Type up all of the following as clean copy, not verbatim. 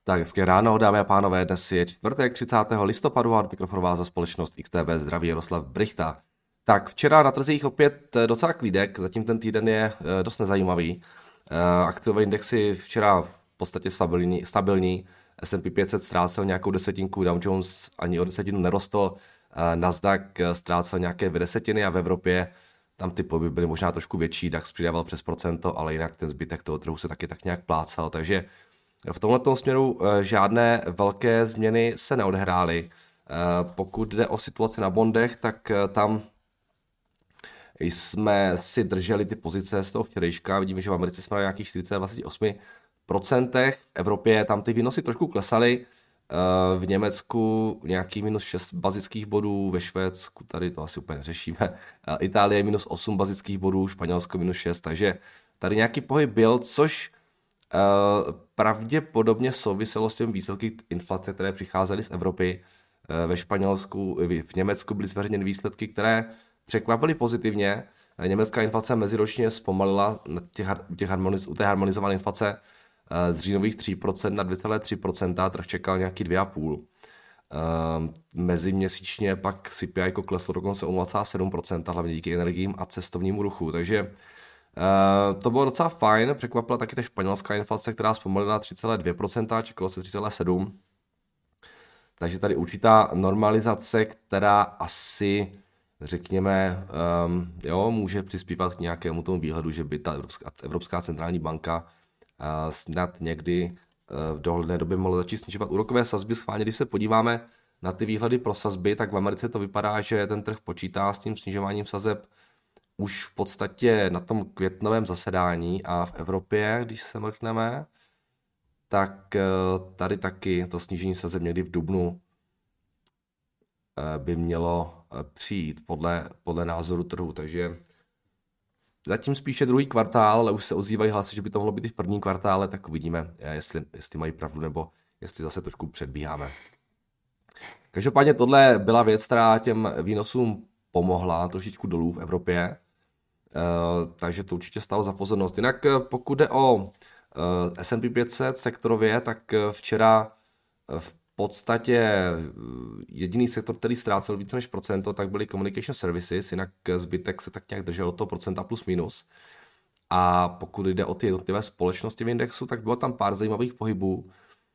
Tak, hezké ráno, dámy a pánové, dnes je čtvrtek 30. listopadu a od mikrofonu vás za společnost XTB zdraví Jaroslav Brychta. Tak, včera na trzích opět docela klídek, zatím ten týden je dost nezajímavý. Akciové indexy včera v podstatě stabilní. S&P 500 ztrácel nějakou desetinku, Dow Jones ani o desetinu nerostl, Nasdaq ztrácel nějaké desetiny a v Evropě tam ty pohyby byly možná trošku větší, DAX přidával přes procento, ale jinak ten zbytek toho trhu se taky tak nějak plácal, takže v tomto směru žádné velké změny se neodehrály. Pokud jde o situaci na bondech, tak tam jsme si drželi ty pozice z toho včerejška. Vidíme, že v Americe jsme na nějakých 4,28%. V Evropě tam ty výnosy trošku klesaly. V Německu nějaký minus 6 bazických bodů, ve Švédsku tady to asi úplně neřešíme. Itálie minus 8 bazických bodů, Španělsko minus 6, takže tady nějaký pohyb byl, což pravděpodobně souviselo s těmi výsledky inflace, které přicházely z Evropy. Ve Španělsku, v Německu byly zveřejněny výsledky, které překvapily pozitivně. Německá inflace meziročně zpomalila u té harmonizované inflace z říjnových 3% na 2,3%, trh čekal nějaký 2,5%. Meziměsíčně pak CPI kleslo dokonce o 0,7%, hlavně díky energiím a cestovnímu ruchu, takže to bylo docela fajn, překvapila taky ta španělská inflace, která zpomalila na 3,2%, čekalo se 3,7%. Takže tady určitá normalizace, která asi, řekněme, může přispívat k nějakému tomu výhledu, že by ta Evropská centrální banka snad někdy v dohledné době mohla začít snižovat úrokové sazby. Schválně, když se podíváme na ty výhledy pro sazby, tak v Americe to vypadá, že ten trh počítá s tím snižováním sazeb už v podstatě na tom květnovém zasedání, a v Evropě, když se mrkneme, tak tady taky to snížení sazeb někdy v dubnu by mělo přijít podle názoru trhu, takže zatím spíše druhý kvartál, ale už se ozývají hlasy, že by to mohlo být i v prvním kvartále, tak uvidíme, jestli mají pravdu, nebo jestli zase trošku předbíháme. Každopádně tohle byla věc, která těm výnosům pomohla trošičku dolů v Evropě, takže to určitě stálo za pozornost. Jinak pokud jde o S&P 500 sektorově, tak včera v podstatě jediný sektor, který ztrácel více než procento, tak byly communication services, jinak zbytek se tak nějak držel od toho procenta plus minus. A pokud jde o ty jednotlivé společnosti v indexu, tak bylo tam pár zajímavých pohybů.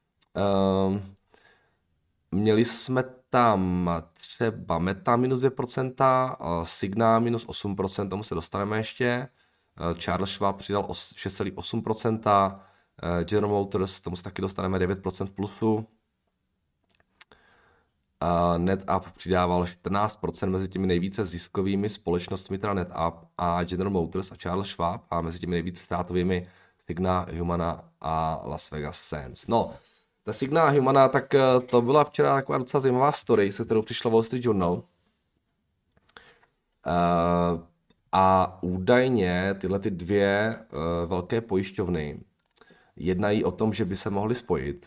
Měli jsme tam třeba Meta minus 2%, Signa minus 8%, tomu se dostaneme ještě. Charles Schwab přidal 6,8%, General Motors, tomu se taky dostaneme 9% plusu. NetApp přidával 14% mezi těmi nejvíce ziskovými společnostmi, teda NetApp a General Motors a Charles Schwab, a mezi těmi nejvíce ztrátovými Signa, Humana a Las Vegas Sands. No, ta Signa a Humana, tak to byla včera taková docela zajímavá story, se kterou přišla Wall Street Journal. A údajně tyhle ty dvě velké pojišťovny jednají o tom, že by se mohly spojit.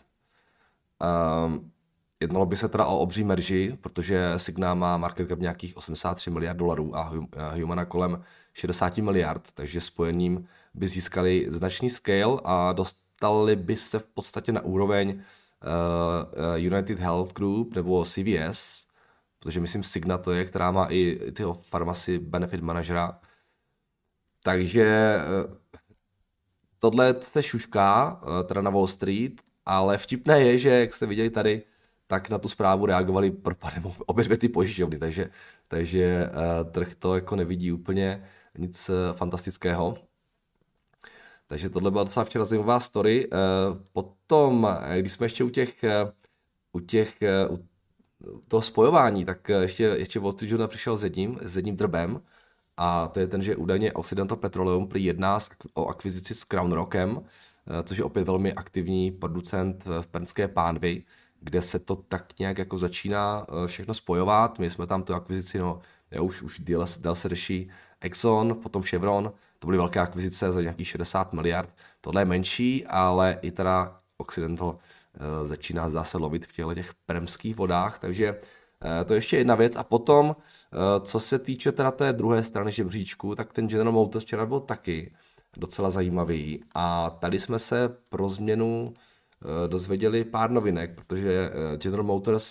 Jednalo by se teda o obří merži, protože Signa má market cap nějakých 83 miliard dolarů a Humana kolem 60 miliard, takže spojením by získali značný scale a dostali by se v podstatě na úroveň United Health Group nebo CVS, protože myslím Signa to je, která má i tyho pharmacy benefit managera. Takže tohle se šušká teda na Wall Street, ale vtipné je, že jak jste viděli tady, tak na tu zprávu reagovali propadem obě dvě ty pojišťovny, takže trh to jako nevidí úplně nic fantastického. Takže tohle byla docela včera zajímavá story. Potom, když jsme ještě u toho spojování, tak ještě Wall Street Journal přišel s jedním drbem, a to je ten, že údajně Occidental Petroleum prý jedná o akvizici s Crown Rockem, což je opět velmi aktivní producent v Pernské pánvi, kde se to tak nějak jako začíná všechno spojovat. My jsme tam tu akvizici, už déle se řeší Exxon, potom Chevron, to byly velké akvizice za nějakých 60 miliard. Tohle je menší, ale i teda Occidental začíná zase lovit v těch permských vodách, takže to je ještě jedna věc. A potom, co se týče teda té druhé strany žebříčku, tak ten General Motors včera byl taky docela zajímavý, a tady jsme se pro změnu dozvěděli pár novinek, protože General Motors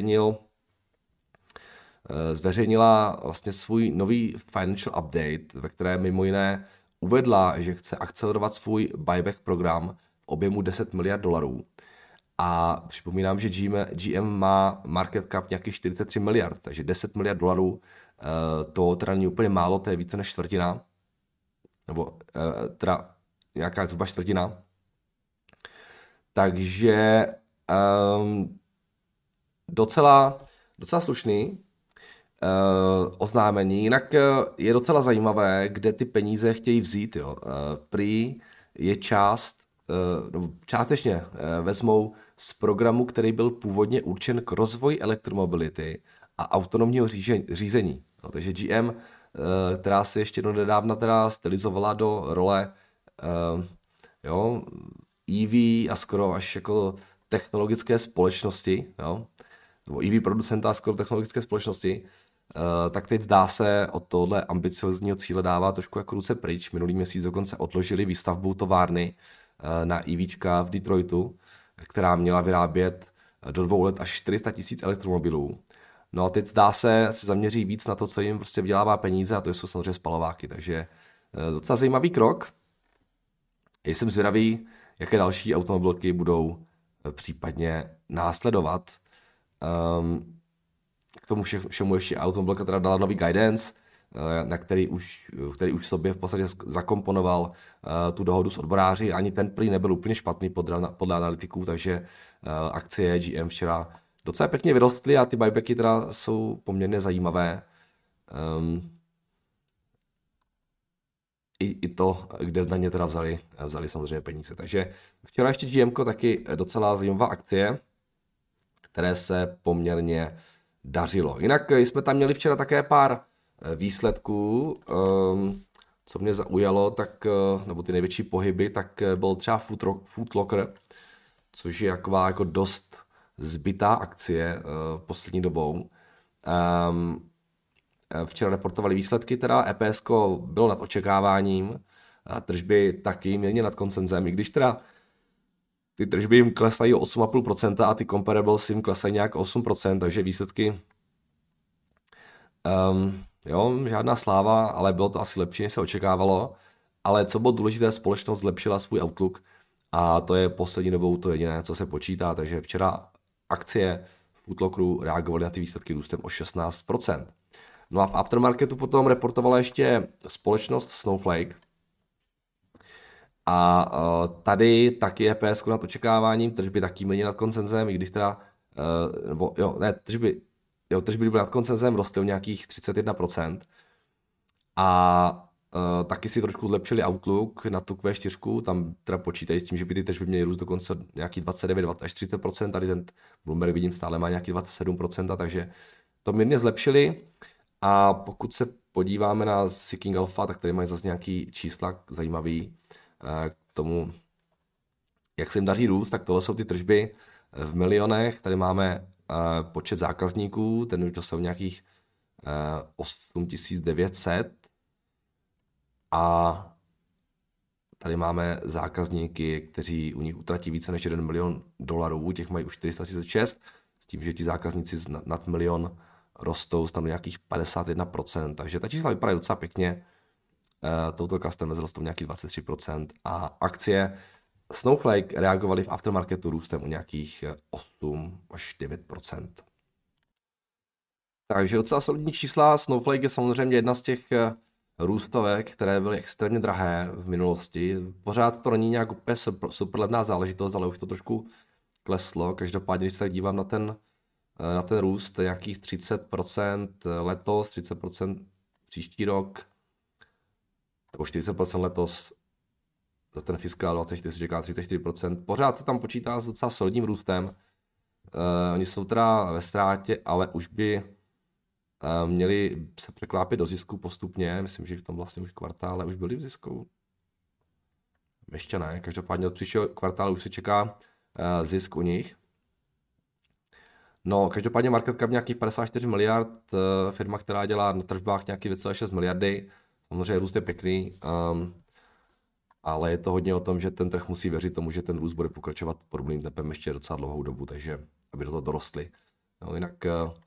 zveřejnila vlastně svůj nový financial update, ve kterém mimo jiné uvedla, že chce akcelerovat svůj buyback program v objemu 10 miliard dolarů. A připomínám, že GM má market cap nějakých 43 miliard, takže 10 miliard dolarů, to teda není úplně málo, to je více než čtvrtina, nebo teda nějaká zhruba čtvrtina. Takže docela slušný oznámení. Jinak je docela zajímavé, kde ty peníze chtějí vzít. Jo. Prý je částečně vezmou z programu, který byl původně určen k rozvoji elektromobility a autonomního řízení. No, takže GM, která se ještě nedávna teda stylizovala do role EV a skoro až jako technologické společnosti, jo, nebo EV producenta a skoro technologické společnosti, tak teď zdá se od tohle ambiciozního cíle dává trošku jako ruce pryč. Minulý měsíc dokonce odložili výstavbu továrny na EVčka v Detroitu, která měla vyrábět do 2 let až 400 000 elektromobilů. No a teď zdá se zaměří víc na to, co jim prostě vydělává peníze, a to jsou samozřejmě spalováky. Takže docela zajímavý krok. Jsem zvědavý, jaké další automobilky budou případně následovat. K tomu všemu ještě automobilka teda dala nový guidance, který už v sobě v podstatě zakomponoval tu dohodu s odboráři. Ani ten prý nebyl úplně špatný podle analytiků, takže akcie GM včera docela pěkně vyrostly a ty buybacky teda jsou poměrně zajímavé. I to, kde na ně teda vzali samozřejmě peníze. Takže včera ještě GMko taky docela zajímavá akcie, které se poměrně dařilo. Jinak jsme tam měli včera také pár výsledků, co mě zaujalo, nebo ty největší pohyby, tak byl třeba Foot Locker, což je jako dost zbytá akcie poslední dobou. Včera reportovali výsledky, teda EPS bylo nad očekáváním, a tržby taky mírně nad konsenzem, i když teda ty tržby jim klesají o 8,5% a ty comparables jim klesají nějak 8%, takže výsledky žádná sláva, ale bylo to asi lepší, než se očekávalo. Ale co bylo důležité, společnost zlepšila svůj outlook a to je poslední dobou to jediné, co se počítá, takže včera akcie Foot Lockeru reagovaly na ty výsledky růstem o 16%. No a v aftermarketu potom reportovala ještě společnost Snowflake. A tady taky je EPS nad očekáváním, tržby taky méně nad konsenzem, i když teda, tržby byly nad konsenzem, rostly o nějakých 31%. A taky si trošku zlepšili outlook na tu Q4, tam teda počítají s tím, že by ty tržby měly růst dokonce nějaký 29 až 30%, tady ten Bloomberg vidím stále má nějaký 27%, takže to mírně zlepšili. A pokud se podíváme na Seeking Alpha, tak tady mají zase nějaký čísla zajímavý k tomu, jak se jim daří růst, tak tohle jsou ty tržby v milionech, tady máme počet zákazníků, ten už dostal nějakých 8900 a tady máme zákazníky, kteří u nich utratí více než $1 milion, těch mají už 436, s tím, že ti zákazníci nad milion rostou, stanou nějakých 51%, takže ta čísla vypadají docela pěkně. Total Customers rostou nějakých 23% a akcie Snowflake reagovaly v aftermarketu růstem o nějakých 8 až 9%. Takže docela solidní čísla. Snowflake je samozřejmě jedna z těch růstovek, které byly extrémně drahé v minulosti. Pořád to není nějak úplně super levná záležitost, ale už to trošku kleslo. Každopádně, když se tak dívám na ten růst, nějakých 30% letos, 30% příští rok, nebo 40% letos, za ten fiskál 24 se čeká 34%. Pořád se tam počítá s docela solidním růstem. Oni jsou teda ve ztrátě, ale už by měli se překlápit do zisku postupně. Myslím, že v tom vlastně už kvartále už byli v zisku. Ještě ne. Každopádně od příštího kvartálu už se čeká zisk u nich. No, každopádně market cap nějakých 54 miliard, firma, která dělá na tržbách nějakých 2,6 miliardy. Samozřejmě růst je pěkný. ale je to hodně o tom, že ten trh musí věřit tomu, že ten růst bude pokračovat podobným tempem ještě docela dlouhou dobu, takže aby do toho dorostli. No, jinak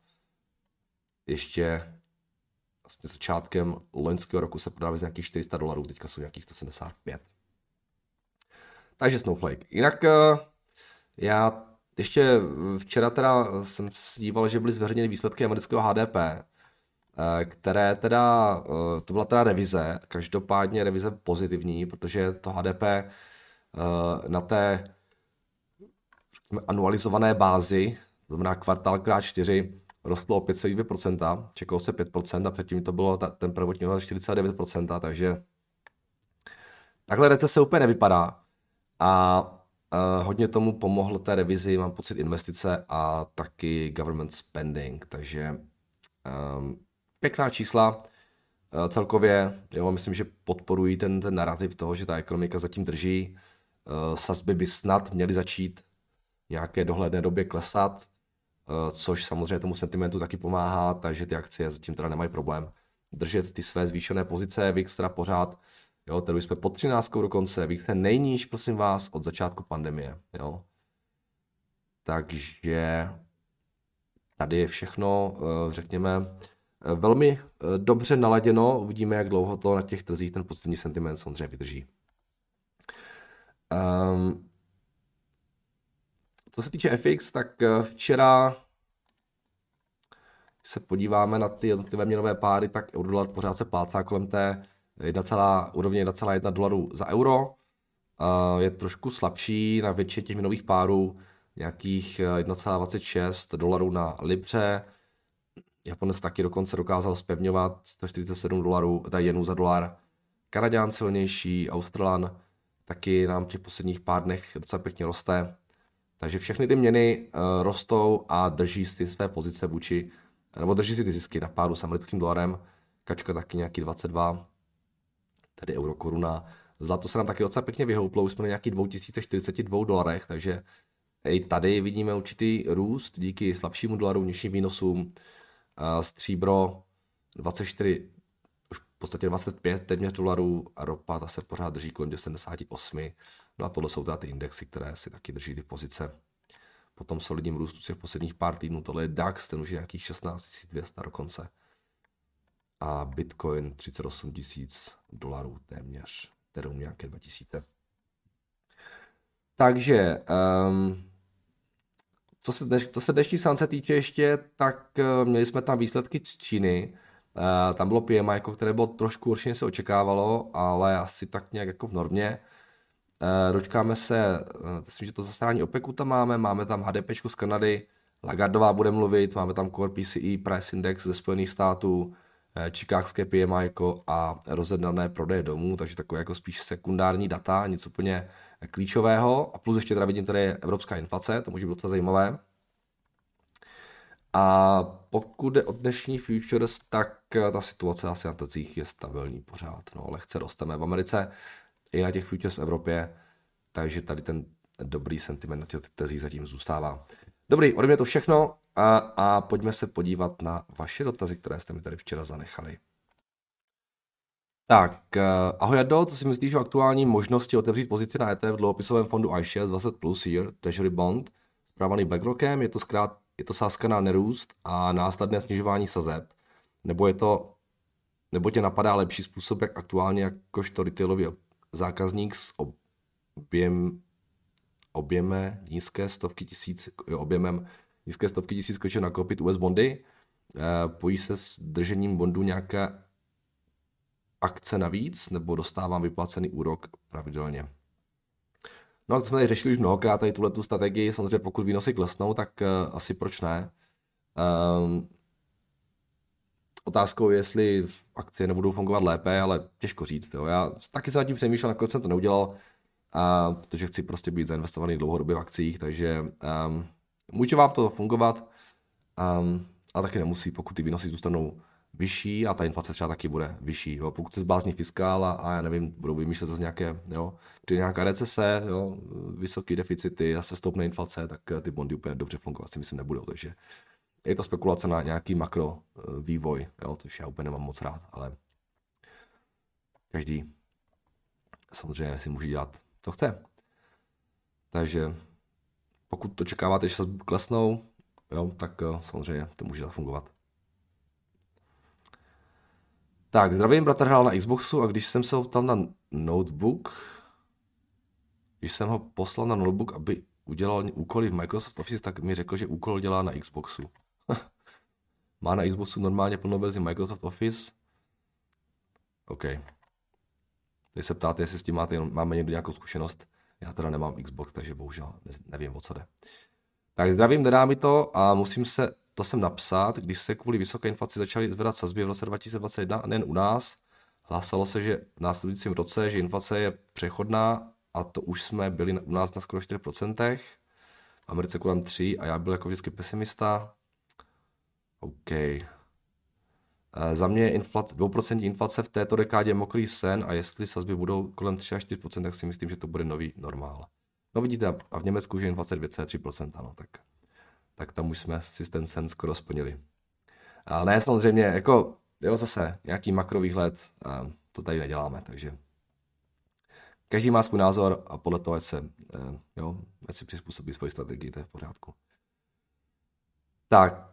ještě vlastně začátkem loňského roku se prodávali z nějakých $400, teďka jsou nějakých 175. Takže Snowflake. Jinak já ještě včera teda jsem se díval, že byly zveřejněny výsledky amerického HDP, které teda, to byla teda revize, každopádně revize pozitivní, protože to HDP na té anualizované bázi, to znamená kvartál krát 4, rostlo o 5,2%, čekalo se 5% a předtím to bylo ten prvotní 4,9%, takže takhle recese úplně nevypadá a hodně tomu pomohlo té revizi, mám pocit, investice a taky government spending, takže pěkná čísla celkově, jo, myslím, že podporují ten narrativ toho, že ta ekonomika zatím drží, sazby by snad měly začít nějaké dohledné době klesat, což samozřejmě tomu sentimentu taky pomáhá, takže ty akcie zatím teda nemají problém držet ty své zvýšené pozice, VIX teda pořád, jo, tady jsme pod 13 dokonce, VIX je nejníž, prosím vás, od začátku pandemie, jo. Takže tady je všechno, řekněme, velmi dobře naladěno, uvidíme, jak dlouho to na těch trzích ten pozitivní sentiment samozřejmě vydrží. Co se týče FX, tak včera se podíváme na ty jednotlivé měnové páry, tak euro-dolar pořád se plácá kolem té úrovně 1,1 dolarů za euro. Je trošku slabší na většině těch měnových párů, nějakých 1,26 dolarů na libře. Japonec taky dokonce dokázal zpevňovat 147 dolarů, teda jenů za dolar. Kanaďan silnější, Australan taky nám v těch posledních pár dnech docela pěkně roste. Takže všechny ty měny rostou a drží si své pozice vůči, nebo drží si ty zisky na páru s americkým dolarem. Kačka taky nějaký 22, tady euro koruna. Zlato se nám taky docela pěkně vyhouplo, už jsme na nějakých $2042, takže i tady vidíme určitý růst díky slabšímu dolaru, nižším výnosům. Stříbro 24, už v podstatě 25 téměř dolarů a ropa ta se pořád drží kolem 78. No a tohle jsou teda ty indexy, které si taky drží ty pozice. Potom solidním růstu těch posledních pár týdnů, tohle je DAX, ten už je nějakých 16 200 dokonce. A Bitcoin 38 000 téměř, tedy nějaké 2000. Takže co se dnešní sánce týče ještě, tak měli jsme tam výsledky z Číny. Tam bylo PMI, které bylo trošku horší, než se očekávalo, ale asi tak nějak jako v normě. Dočkáme se, myslím, že to zasedání OPECu tam máme tam HDPčko z Kanady, Lagardová bude mluvit, máme tam Core PCE Price Index ze Spojených států, chicagské PMI a rozjednané prodeje domů, takže takové jako spíš sekundární data, nic úplně klíčového. A plus ještě teda vidím, tady je evropská inflace, to může být docela zajímavé. A pokud jde o dnešní futures, tak ta situace asi na trzích je stabilní pořád. No, lehce rosteme v Americe i na těch futures v Evropě, takže tady ten dobrý sentiment na těch trzích zatím zůstává. Dobrý, ode mě to všechno a pojďme se podívat na vaše dotazy, které jste mi tady včera zanechali. Tak, ahoj Jardo, co si myslíš o aktuální možnosti otevřít pozici na ETF v dluhopisovém fondu iShares 20+ Year Treasury Bond, správaný BlackRockem, je to sázka na nerůst a následné snižování sazeb, nebo tě napadá lepší způsob, jak aktuálně jakožto retailový zákazník s objemem nízké stovky tisíc kočů nakoupit US bondy, pojí se s držením bondů nějaké akce navíc, nebo dostávám vyplacený úrok pravidelně. No a to jsme tady řešili už mnohokrát, tady tuhletu strategii, samozřejmě pokud výnosy klesnou, tak asi proč ne. Otázkou je, jestli akcie nebudou fungovat lépe, ale těžko říct. Jo. Já taky jsem nad tím přemýšlel, nakonec jsem to neudělal, protože chci prostě být zainvestovaný dlouhodobě v akcích, takže může vám to fungovat, ale taky nemusí, pokud ty výnosy zůstanou vyšší a ta inflace třeba taky bude vyšší. Jo. Pokud se zblázní fiskál a já nevím, budou vymýšlet zase nějaké, jo, při nějaká recese, jo, vysoké deficity, zase stoupne inflace, tak ty bondy úplně dobře fungovat si myslím nebudou, takže je to spekulace na nějaký makro vývoj, jo, což já úplně nemám moc rád, ale samozřejmě si může dělat, co chce. Takže pokud očekáváte, že sazby klesnou, jo, tak samozřejmě to může zafungovat. Tak, zdravím, bratr hrál na Xboxu a když jsem se ho ptal na notebook, když jsem ho poslal na notebook, aby udělal úkoly v Microsoft Office, tak mi řekl, že úkol dělá na Xboxu. Má na Xboxu normálně plnou verzi Microsoft Office. OK. Teď se ptáte, jestli s tím máme někdo nějakou zkušenost. Já teda nemám Xbox, takže bohužel nevím, o co jde. Tak zdravím, nedá mi to a musím se to sem napsat, když se kvůli vysoké inflaci začaly zvedat sazby v roce 2021 a nejen u nás. Hlásalo se, že v následujícím roce, že inflace je přechodná a to už jsme byli u nás na skoro 4%, v Americe kolem 3% a já byl jako vždycky pesimista. OK. Za mě je 2% inflace v této dekádě mokrý sen a jestli sazby budou kolem 3 až 4%, tak si myslím, že to bude nový normál. No vidíte, a v Německu, že inflace 2,3%, no, tak tam už jsme si ten sen skoro splnili. Ale ne, samozřejmě, jako, jo, zase, nějaký makrovýhled, to tady neděláme, takže každý má svůj názor a podle toho, ať si přizpůsobí svoji strategii, to je v pořádku. Tak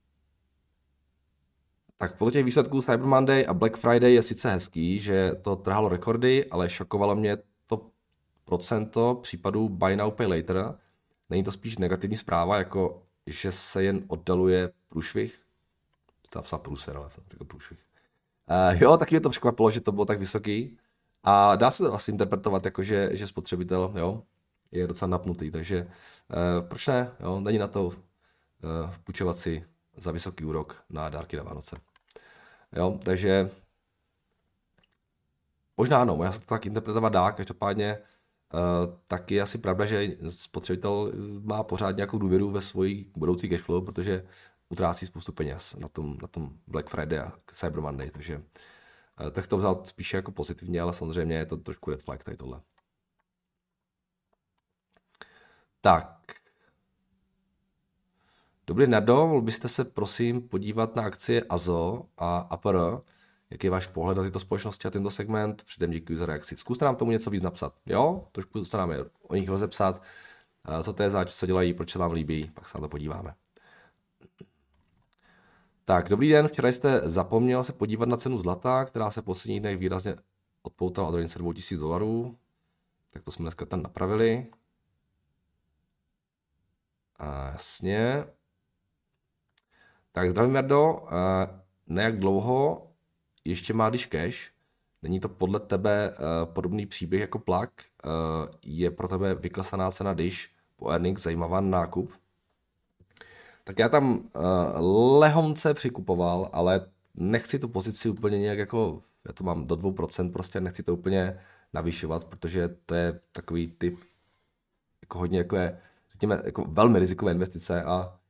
podle těch výsledků Cyber Monday a Black Friday je sice hezký, že to trhalo rekordy, ale šokovalo mě to procento případů Buy Now, Pay Later. Není to spíš negativní zpráva, jako že se jen oddaluje průšvih? Jsem napsal průser, ale jsem řekl průšvih. Jo, taky mě to překvapilo, že to bylo tak vysoký. A dá se to asi interpretovat jako, že spotřebitel, jo, je docela napnutý, takže proč ne? Jo, není na to půjčovat si za vysoký úrok na dárky na Vánoce. Jo, takže možná ano, možná se to tak interpretovat dá, každopádně tak je asi pravda, že spotřebitel má pořád nějakou důvěru ve svoji budoucí cashflow, protože utrácí spoustu peněz na tom Black Friday a Cyber Monday, takže tak to vzal spíše jako pozitivně, ale samozřejmě je to trošku red flag tady tohle. Tak. Dobrý, Nardo, mohl byste se prosím podívat na akcie AZO a APR, jaký je váš pohled na tyto společnosti a tento segment? Předem děkuji za reakci. Zkuste nám tomu něco víc napsat, jo? Trošku se nám o nich rozepsat, co to je zač, co dělají, proč se vám líbí, pak se na to podíváme. Tak, dobrý den, včera jste zapomněl se podívat na cenu zlata, která se v posledních dnech výrazně odpoutala od hranice $2000, tak to jsme dneska tam napravili. Jasně. Tak zdravím, Jardo. Na jak dlouho ještě má když cash? Není to podle tebe podobný příběh jako Plug? Je pro tebe vyklesaná cena když po earnings zajímavá nákup? Tak já tam lehonce přikupoval, ale nechci tu pozici úplně nějak jako, já to mám do 2%, prostě nechci to úplně navyšovat, protože to je takový typ, jako hodně jako je, řekněme, jako velmi rizikové investice a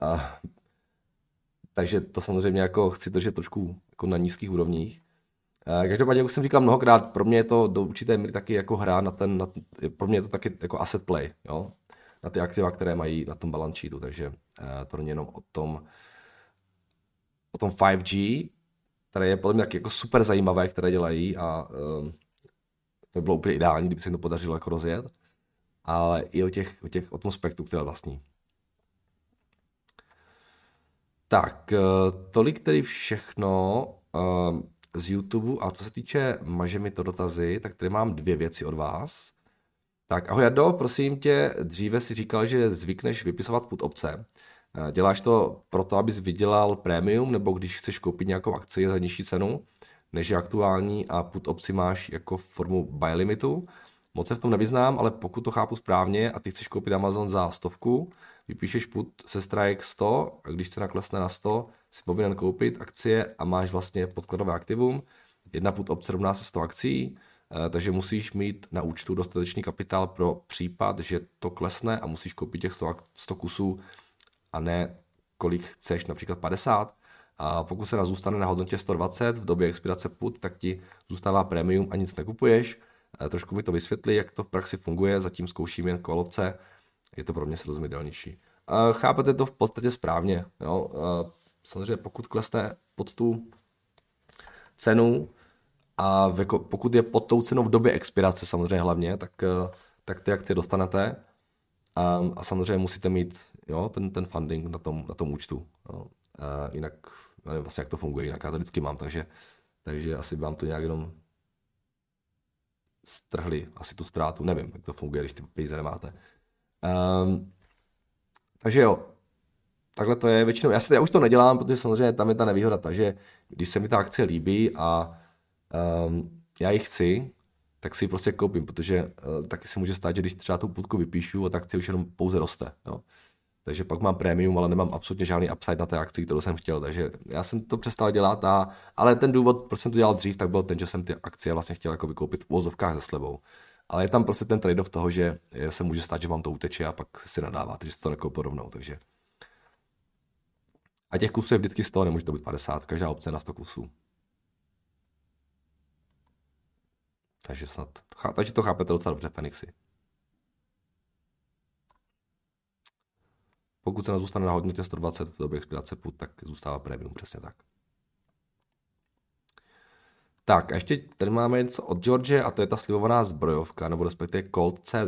takže to samozřejmě jako chci držet trošku jako na nízkých úrovních. Každopádně, jak už jsem říkal mnohokrát, pro mě je to do určité míry taky jako hra pro mě je to taky jako asset play, jo? Na ty aktiva, které mají na tom balance sheetu, takže to není jenom o tom 5G, které je podle mě taky jako super zajímavé, které dělají a to by bylo úplně ideální, kdyby se jim to podařilo jako rozjet, ale i o tom spektru, které vlastní. Tak, tolik tedy všechno z YouTube a co se týče maže mi to dotazy, tak tady mám 2 věci od vás. Tak ahoj Jardo, prosím tě, dříve si říkal, že zvykneš vypisovat put opce. Děláš to proto, abys vydělal prémium, nebo když chceš koupit nějakou akci za nižší cenu, než je aktuální a put opci máš jako formu buy limitu? Moc se v tom nevyznám, ale pokud to chápu správně a ty chceš koupit Amazon za 100, vypíšeš put se strike 100 a když cena klesne na 100, si povinen koupit akcie a máš vlastně podkladové aktivum. Jedna put opce rovná se 100 akcí, takže musíš mít na účtu dostatečný kapitál pro případ, že to klesne a musíš koupit těch 100 kusů a ne kolik chceš, například 50. A pokud se zůstane na hodnotě 120 v době expirace put, tak ti zůstává prémium a nic nekupuješ. Trošku mi to vysvětlí, jak to v praxi funguje, zatím zkouším jen call opce, je to pro mě srozumitelnější. Chápete to v podstatě správně. Jo? Samozřejmě pokud klesne pod tu cenu A pokud je pod tou cenou v době expirace samozřejmě hlavně, tak ty akcie dostanete. A samozřejmě musíte mít ten funding na tom účtu. Jo. Jinak, nevím vlastně, jak to funguje, jinak já to vždycky mám, takže asi vám to nějak jenom strhli asi tu ztrátu, nevím, jak to funguje, když ty peníze nemáte. Takže jo, takhle to je většinou. Já už to nedělám, protože samozřejmě tam je ta nevýhoda, takže když se mi ta akcie líbí a já ji chci, tak si ji prostě koupím, protože taky se může stát, že když třeba tu půlku vypíšu, a ta akcie už jenom pouze roste. Jo. Takže pak mám prémium, ale nemám absolutně žádný upside na té akci, kterou jsem chtěl. Takže já jsem to přestal dělat, ale ten důvod, proč jsem to dělal dřív, tak byl ten, že jsem ty akcie vlastně chtěl jako vykoupit v uvozovkách se slevou. Ale je tam prostě ten trade-off toho, že se může stát, že vám to uteče a pak si nadáváte, že se to nekoupil rovnou. Takže. A těch kusů je vždycky 100, nemůže to být 50, každá opce na 100 kusů. Takže to chápete docela dobře, Fenixy. Pokud se nás zůstane na hodnotě 120 v době expirace put, tak zůstává premium, přesně tak. Tak a ještě tady máme něco od George a to je ta slibovaná zbrojovka, nebo respektive Colt.cz.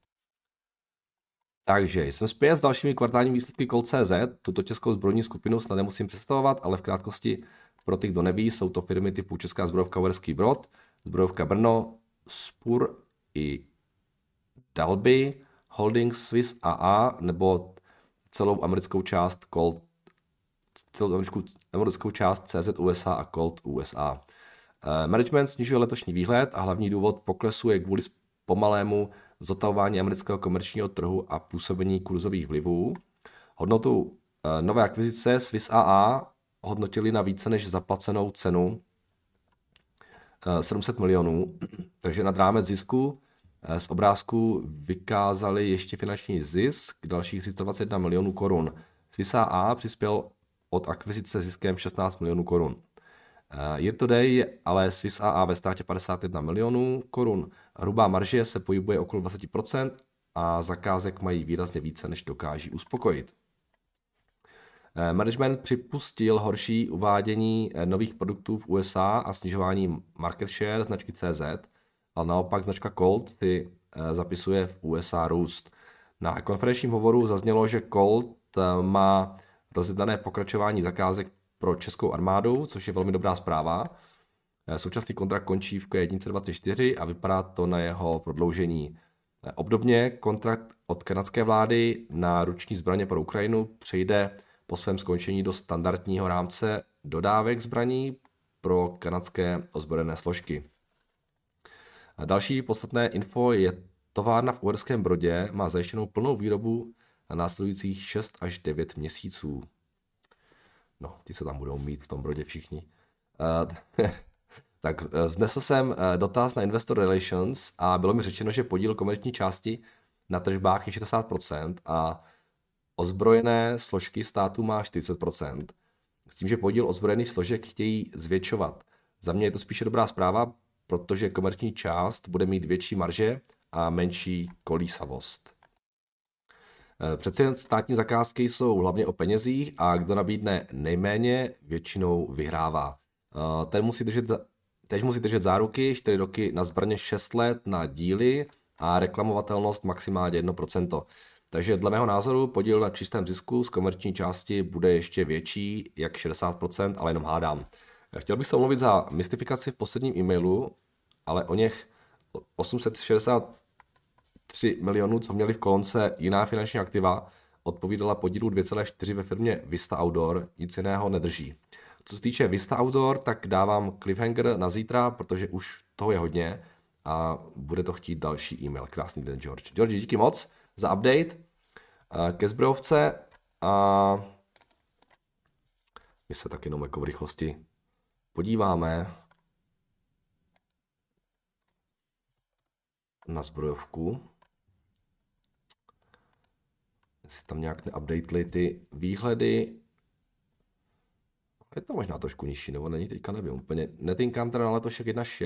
Takže jsem zpět s dalšími kvartálními výsledky Colt.cz. Tuto českou zbrojní skupinu snad nemusím představovat, ale v krátkosti pro ty, kdo neví, jsou to firmy typu Česká zbrojovka Uherský Brod, zbrojovka Brno, Spur i Dalby, Holdings Swiss AA nebo celou americkou část Colt, celou americkou část CZ USA a Colt USA. Management snižuje letošní výhled a hlavní důvod poklesu je kvůli pomalému zotavování amerického komerčního trhu a působení kurzových vlivů. Hodnotu nové akvizice Swiss AA hodnotili na více než zaplacenou cenu 700 milionů, takže nad rámec zisku z obrázku vykázali ještě finanční zisk dalších 321 milionů korun. Swiss AA přispěl od akvizice ziskem 16 milionů korun. Year to day je ale Swiss AA ve ztrátě 51 milionů korun. Hrubá marže se pohybuje okolo 20% a zakázek mají výrazně více, než dokáží uspokojit. Management připustil horší uvádění nových produktů v USA a snižování market share značky CZ, ale naopak značka Colt si zapisuje v USA růst. Na konferenčním hovoru zaznělo, že Colt má rozjednané pokračování zakázek pro českou armádu, což je velmi dobrá zpráva. Současný kontrakt končí v Q1 24 a vypadá to na jeho prodloužení. Obdobně kontrakt od kanadské vlády na ruční zbraně pro Ukrajinu přejde po svém skončení do standardního rámce dodávek zbraní pro kanadské ozbrojené složky. Další podstatné info je továrna v Uherském Brodě má zajištěnou plnou výrobu na následujících 6 až 9 měsíců. No, ti se tam budou mít v tom Brodě všichni. Tak vznesl jsem dotaz na Investor Relations a bylo mi řečeno, že podíl komerční části na tržbách je 60% a ozbrojené složky státu má 40%. S tím, že podíl ozbrojených složek chtějí zvětšovat. Za mě je to spíše dobrá zpráva, protože komerční část bude mít větší marže a menší kolísavost. Přece jen státní zakázky jsou hlavně o penězích a kdo nabídne nejméně, většinou vyhrává. Teď musí držet záruky 4 roky na zbraně, 6 let na díly a reklamovatelnost maximálně 1%. Takže dle mého názoru podíl na čistém zisku z komerční části bude ještě větší, jak 60%, ale jenom hádám. Chtěl bych se omluvit za mystifikaci v posledním e-mailu, ale o něch 863 milionů, co měli v kolonce jiná finanční aktiva, odpovídala podílu 2,4 ve firmě Vista Outdoor, nic jiného nedrží. Co se týče Vista Outdoor, tak dávám cliffhanger na zítra, protože už toho je hodně a bude to chtít další e-mail. Krásný den, George. George, díky moc za update ke zbrojovce a my se tak jenom jako v rychlosti podíváme na zbrojovku. Jestli tam nějak neupdateli ty výhledy. Je to možná trošku nižší, nebo není, teďka nevím úplně. Netinkám teda na letošek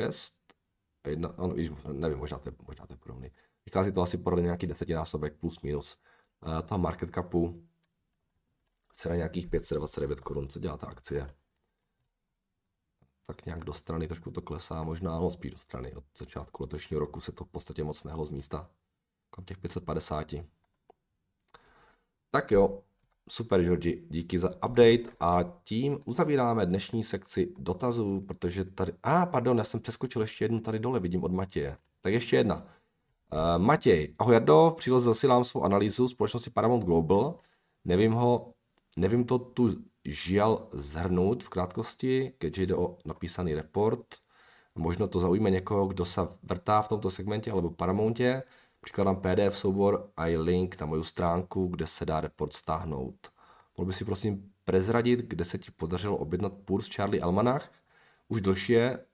1,6. Nevím, možná to je podobný. Vychází to asi podle nějaký 10násobek plus minus toho market capu. Cena nějakých 529 korun, co dělá ta akcie. tak nějak do strany, trošku to klesá, možná spíš do strany. Od začátku letošního roku se to v podstatě moc nehlo z místa. Kolem těch 550. Tak jo, super, Georgi, díky za update a tím uzavíráme dnešní sekci dotazů, protože tady, pardon, já jsem přeskočil ještě jednu tady dole, vidím od Matěje. Tak ještě jedna. Matěj, ahoj Jardo, v příloze zasílám svou analýzu společnosti Paramount Global. Nevím to tu žial zhrnout v krátkosti, když jde o napísaný report. Možno to zaujme někoho, kdo se vrtá v tomto segmentě alebo Paramountě. Přikladám PDF soubor a i link na moju stránku, kde se dá report stáhnout. Mohl by si prosím prezradit, kde se ti podařilo objednat Purs Charlie Almanach? Už delší je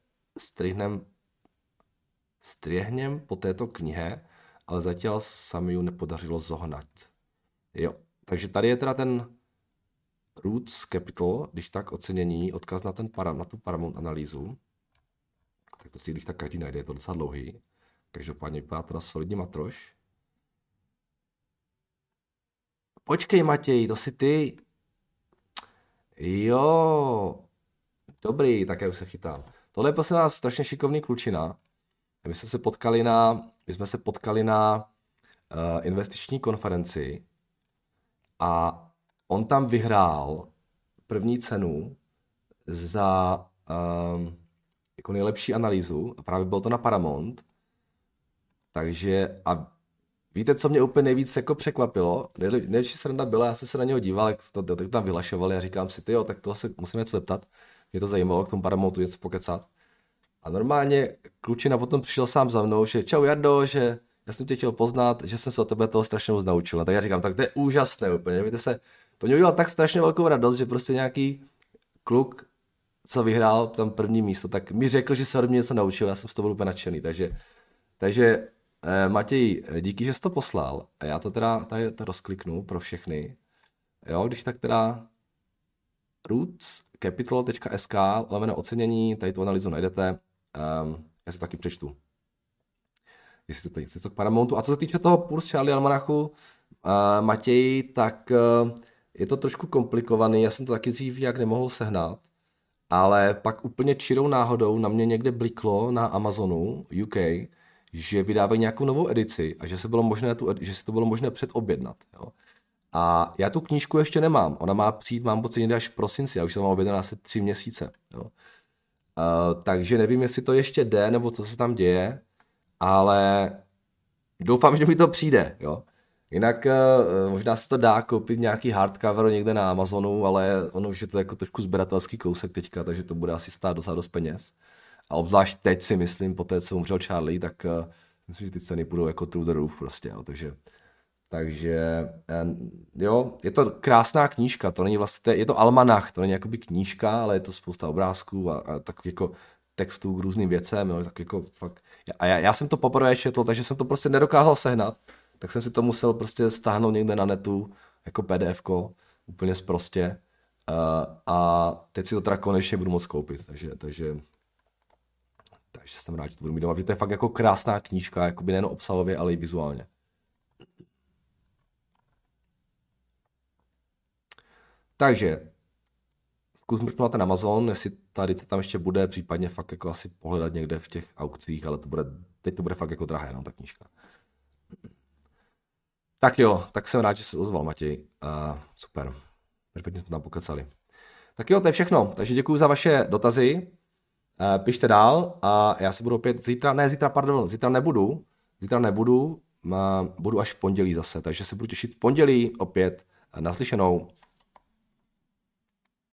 střihnem po této knihe, ale zatím se mi ju nepodařilo zohnat. Jo, takže tady je teda ten Roots Capital, když tak ocenění, odkaz na, na tu Paramount analýzu. Tak to si když tak každý najde, je to docela dlouhý. Každopádně vypadá to na solidní matroš. Počkej Matěj, to jsi ty. Jo, dobrý, tak já už se chytám. Tohle je prosím vás strašně šikovný klučina. My jsme se potkali na investiční konferenci a on tam vyhrál první cenu za jako nejlepší analýzu a právě bylo to na Paramount. Takže a víte, co mě úplně nejvíc jako překvapilo? Nejlepší sranda byla, já jsem se na něho díval, jak to tam vyhlašovali a říkám si, tyjo, tak toho se musíme něco zeptat. Mě to zajímalo, k tomu Paramountu něco pokecat. A normálně klučina potom přišel sám za mnou, že čau Jardo, že já jsem tě chtěl poznat, že jsem se od tebe toho strašně moc naučil. Tak já říkám, tak to je úžasné úplně, víte se, to mě udělal tak strašně velkou radost, že prostě nějaký kluk, co vyhrál tam první místo, tak mi řekl, že se od mě něco naučil, já jsem z toho byl úplně nadšený, takže Matěj, díky, že jsi to poslal. A já to teda tady to rozkliknu pro všechny. Jo, když tak teda rootscapital.sk/ocenění, tady tu analýzu najdete. Já si to taky přečtu. Jestli to tady chce k Paramountu. A co se týče toho Purs Charlie Almanachu, Matěj, tak je to trošku komplikovaný. Já jsem to taky dřív nějak nemohl sehnat. Ale pak úplně čirou náhodou na mě někde bliklo na Amazonu UK, že vydávají nějakou novou edici a že se to bylo možné předobjednat. Jo. A já tu knížku ještě nemám. Ona má přijít, mám pocit, někde až v prosinci. Já už to mám objednané asi 3 měsíce. Jo. Takže nevím, jestli to ještě jde, nebo co se tam děje, ale doufám, že mi to přijde. Jo. Jinak možná se to dá koupit nějaký hardcover někde na Amazonu, ale ono už je to jako trošku sběratelský kousek teďka, takže to bude asi stát docela dost peněz. A obzvlášť teď si myslím, po té, co umřel Charlie, tak myslím, že ty ceny půjdou jako through the roof prostě. Jo. Takže jo, je to krásná knížka, to není vlastně, je to almanach, to není jakoby knížka, ale je to spousta obrázků a tak jako textů k různým věcem, jo, tak jako fakt. A já jsem to poprvé četl, takže jsem to prostě nedokázal sehnat, tak jsem si to musel prostě stáhnout někde na netu, jako PDFko, úplně sprostě. A teď si to teda konečně budu moct koupit, takže jsem rád, že to budu mít doma, protože to je fakt jako krásná knížka, jakoby nejen obsahově, ale i vizuálně. teď zkus mrknout na ten Amazon, jestli ta edice tam ještě bude, případně fakt jako asi pohledat někde v těch aukcích, ale teď to bude fakt jako drahé, no, ta knížka. Tak jo, tak jsem rád, že se ozval Matěj. Super, perfektně jsme tam pokecali. Tak jo, to je všechno, takže děkuji za vaše dotazy. Pište dál a já se budu opět zítra nebudu, budu až v pondělí zase, takže se budu těšit v pondělí opět naslyšenou.